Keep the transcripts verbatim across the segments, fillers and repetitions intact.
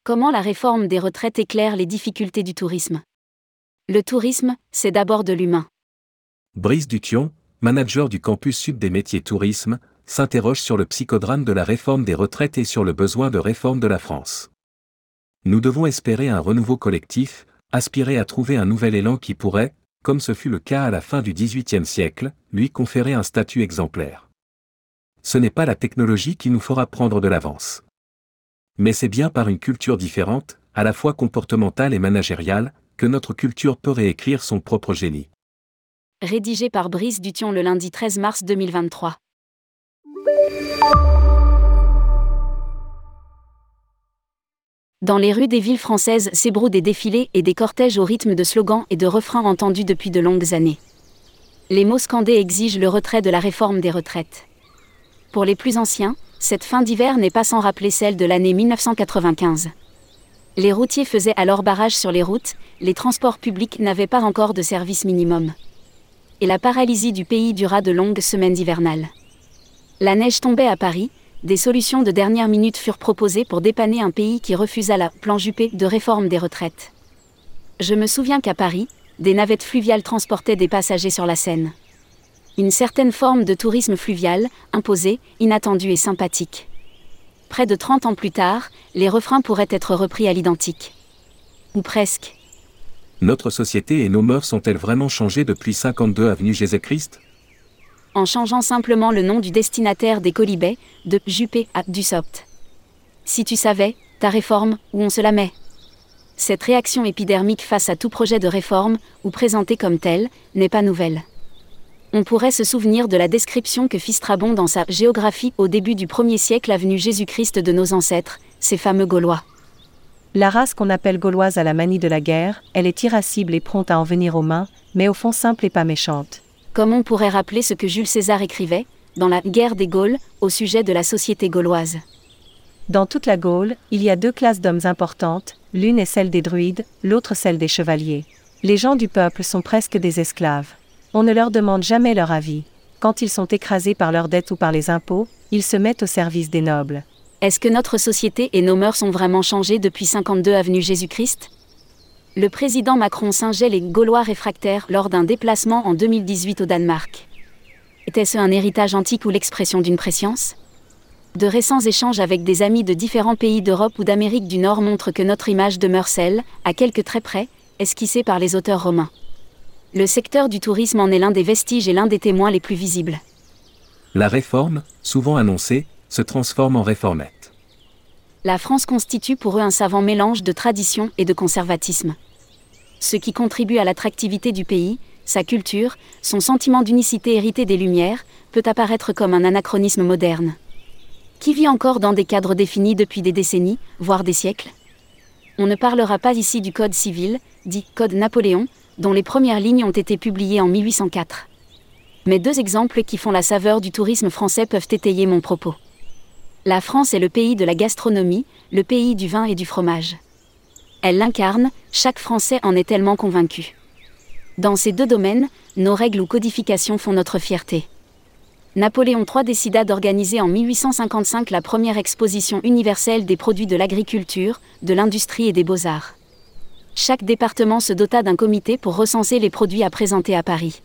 Comment la réforme des retraites éclaire les difficultés du tourisme? Le tourisme, c'est d'abord de l'humain. Brice Dution, manager du campus sud des métiers tourisme, s'interroge sur le psychodrame de la réforme des retraites et sur le besoin de réforme de la France. Nous devons espérer un renouveau collectif, aspirer à trouver un nouvel élan qui pourrait, comme ce fut le cas à la fin du dix-huitième siècle, lui conférer un statut exemplaire. Ce n'est pas la technologie qui nous fera prendre de l'avance. Mais c'est bien par une culture différente, à la fois comportementale et managériale, que notre culture peut réécrire son propre génie. Rédigé par Brice Dution le lundi treize mars deux mille vingt-trois. Dans les rues des villes françaises s'ébroudent des défilés et des cortèges au rythme de slogans et de refrains entendus depuis de longues années. Les mots scandés exigent le retrait de la réforme des retraites. Pour les plus anciens, cette fin d'hiver n'est pas sans rappeler celle de l'année mille neuf cent quatre-vingt-quinze. Les routiers faisaient alors barrage sur les routes, les transports publics n'avaient pas encore de service minimum. Et la paralysie du pays dura de longues semaines hivernales. La neige tombait à Paris, des solutions de dernière minute furent proposées pour dépanner un pays qui refusa la plan Juppé de réforme des retraites. Je me souviens qu'à Paris, des navettes fluviales transportaient des passagers sur la Seine. Une certaine forme de tourisme fluvial, imposée, inattendue et sympathique. Près de trente ans plus tard, les refrains pourraient être repris à l'identique. Ou presque. Notre société et nos mœurs ont-elles vraiment changé depuis cinquante-deux avenue Jésus-Christ? En changeant simplement le nom du destinataire des quolibets, de Juppé à Dussopt. Si tu savais, ta réforme, où on se la met. Cette réaction épidermique face à tout projet de réforme, ou présenté comme tel, n'est pas nouvelle. On pourrait se souvenir de la description que fit Strabon dans sa Géographie au début du premier siècle avenue Jésus-Christ de nos ancêtres, ces fameux Gaulois. La race qu'on appelle gauloise a la manie de la guerre, elle est irascible et prompte à en venir aux mains, mais au fond simple et pas méchante. Comme on pourrait rappeler ce que Jules César écrivait, dans la Guerre des Gaules, au sujet de la société gauloise. Dans toute la Gaule, il y a deux classes d'hommes importantes, l'une est celle des druides, l'autre celle des chevaliers. Les gens du peuple sont presque des esclaves. On ne leur demande jamais leur avis. Quand ils sont écrasés par leurs dettes ou par les impôts, ils se mettent au service des nobles. Est-ce que notre société et nos mœurs ont vraiment changé depuis cinquante-deux avenue Jésus-Christ? Le président Macron singeait les Gaulois réfractaires lors d'un déplacement en deux mille dix-huit au Danemark. Était-ce un héritage antique ou l'expression d'une prescience? De récents échanges avec des amis de différents pays d'Europe ou d'Amérique du Nord montrent que notre image demeure celle, à quelques traits près, esquissée par les auteurs romains. Le secteur du tourisme en est l'un des vestiges et l'un des témoins les plus visibles. La réforme, souvent annoncée, se transforme en réformette. La France constitue pour eux un savant mélange de tradition et de conservatisme. Ce qui contribue à l'attractivité du pays, sa culture, son sentiment d'unicité hérité des Lumières, peut apparaître comme un anachronisme moderne. Qui vit encore dans des cadres définis depuis des décennies, voire des siècles? On ne parlera pas ici du Code civil, dit Code Napoléon, dont les premières lignes ont été publiées en mille huit cent quatre. Mais deux exemples qui font la saveur du tourisme français peuvent étayer mon propos. La France est le pays de la gastronomie, le pays du vin et du fromage. Elle l'incarne, chaque Français en est tellement convaincu. Dans ces deux domaines, nos règles ou codifications font notre fierté. Napoléon trois décida d'organiser en mille huit cent cinquante-cinq la première exposition universelle des produits de l'agriculture, de l'industrie et des beaux-arts. Chaque département se dota d'un comité pour recenser les produits à présenter à Paris.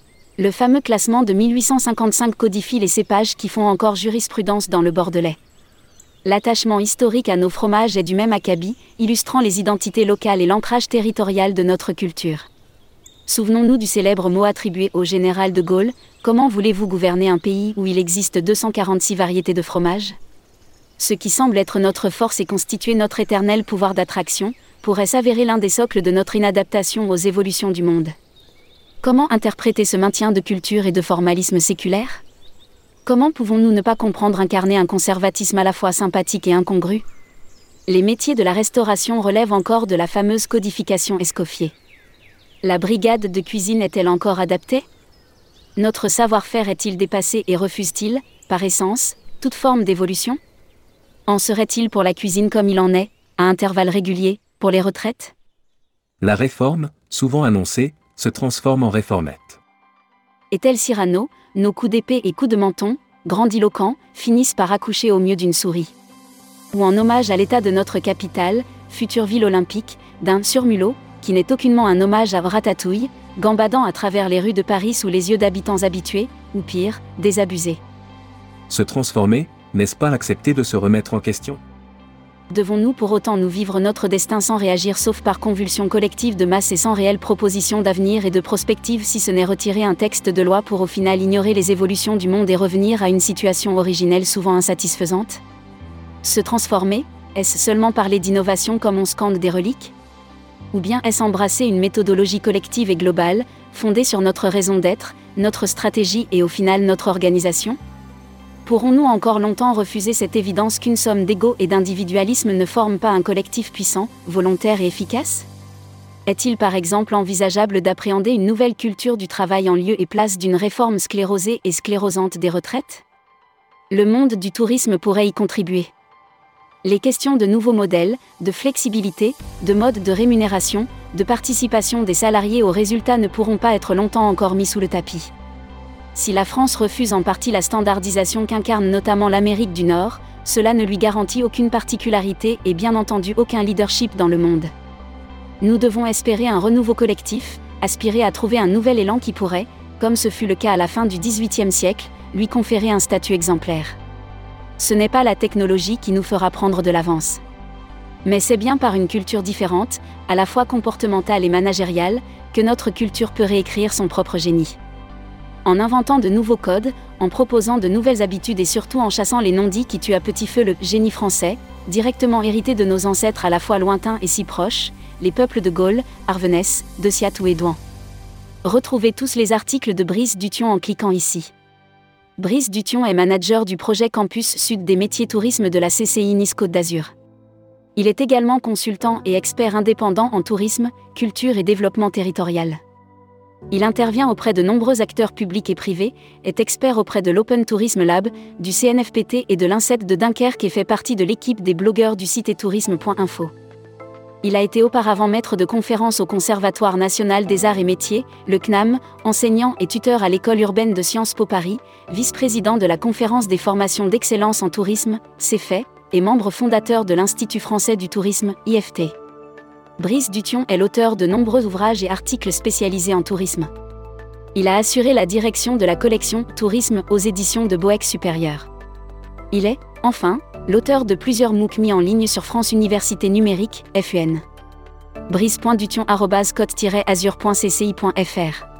Le fameux classement de mille huit cent cinquante-cinq codifie les cépages qui font encore jurisprudence dans le Bordelais. L'attachement historique à nos fromages est du même acabit, illustrant les identités locales et l'ancrage territorial de notre culture. Souvenons-nous du célèbre mot attribué au général de Gaulle, « Comment voulez-vous gouverner un pays où il existe deux cent quarante-six variétés de fromage ?» Ce qui semble être notre force et constituer notre éternel pouvoir d'attraction, pourrait s'avérer l'un des socles de notre inadaptation aux évolutions du monde. Comment interpréter ce maintien de culture et de formalisme séculaire? Comment pouvons-nous ne pas comprendre incarner un conservatisme à la fois sympathique et incongru? Les métiers de la restauration relèvent encore de la fameuse codification Escoffier. La brigade de cuisine est-elle encore adaptée? Notre savoir-faire est-il dépassé et refuse-t-il, par essence, toute forme d'évolution? En serait-il pour la cuisine comme il en est, à intervalles réguliers, pour les retraites? La réforme, souvent annoncée, se transforme en réformette. Et tel Cyrano, nos coups d'épée et coups de menton, grandiloquents, finissent par accoucher au mieux d'une souris. Ou en hommage à l'état de notre capitale, future ville olympique, d'un surmulot, qui n'est aucunement un hommage à Ratatouille, gambadant à travers les rues de Paris sous les yeux d'habitants habitués, ou pire, désabusés. Se transformer, n'est-ce pas accepter de se remettre en question ? Devons-nous pour autant nous vivre notre destin sans réagir sauf par convulsion collective de masse et sans réelle proposition d'avenir et de prospective si ce n'est retirer un texte de loi pour au final ignorer les évolutions du monde et revenir à une situation originelle souvent insatisfaisante ? Se transformer, est-ce seulement parler d'innovation comme on scande des reliques ? Ou bien est-ce embrasser une méthodologie collective et globale, fondée sur notre raison d'être, notre stratégie et au final notre organisation ? Pourrons-nous encore longtemps refuser cette évidence qu'une somme d'ego et d'individualisme ne forme pas un collectif puissant, volontaire et efficace ? Est-il par exemple envisageable d'appréhender une nouvelle culture du travail en lieu et place d'une réforme sclérosée et sclérosante des retraites ? Le monde du tourisme pourrait y contribuer. Les questions de nouveaux modèles, de flexibilité, de mode de rémunération, de participation des salariés aux résultats ne pourront pas être longtemps encore mis sous le tapis. Si la France refuse en partie la standardisation qu'incarne notamment l'Amérique du Nord, cela ne lui garantit aucune particularité et bien entendu aucun leadership dans le monde. Nous devons espérer un renouveau collectif, aspirer à trouver un nouvel élan qui pourrait, comme ce fut le cas à la fin du dix-huitième siècle, lui conférer un statut exemplaire. Ce n'est pas la technologie qui nous fera prendre de l'avance. Mais c'est bien par une culture différente, à la fois comportementale et managériale, que notre culture peut réécrire son propre génie. En inventant de nouveaux codes, en proposant de nouvelles habitudes et surtout en chassant les non-dits qui tuent à petit feu le « génie français », directement hérité de nos ancêtres à la fois lointains et si proches, les peuples de Gaulle, Arvenès, de Siat ou Édouan. Retrouvez tous les articles de Brice Dution en cliquant ici. Brice Dution est manager du projet Campus Sud des métiers tourisme de la C C I Nice Côte d'Azur. Il est également consultant et expert indépendant en tourisme, culture et développement territorial. Il intervient auprès de nombreux acteurs publics et privés, est expert auprès de l'Open Tourism Lab, du C N F P T et de l'INSET de Dunkerque et fait partie de l'équipe des blogueurs du site etourisme point info. Il a été auparavant maître de conférences au Conservatoire national des arts et métiers, le C N A M, enseignant et tuteur à l'École urbaine de Sciences Po Paris, vice-président de la Conférence des formations d'excellence en tourisme, C F E, et membre fondateur de l'Institut français du tourisme, I F T. Brice Dution est l'auteur de nombreux ouvrages et articles spécialisés en tourisme. Il a assuré la direction de la collection Tourisme aux éditions de Boeck Supérieur. Il est, enfin, l'auteur de plusieurs MOOC mis en ligne sur France Université Numérique, F U N. brice point dution arobase côte tiret azur point c c i point f r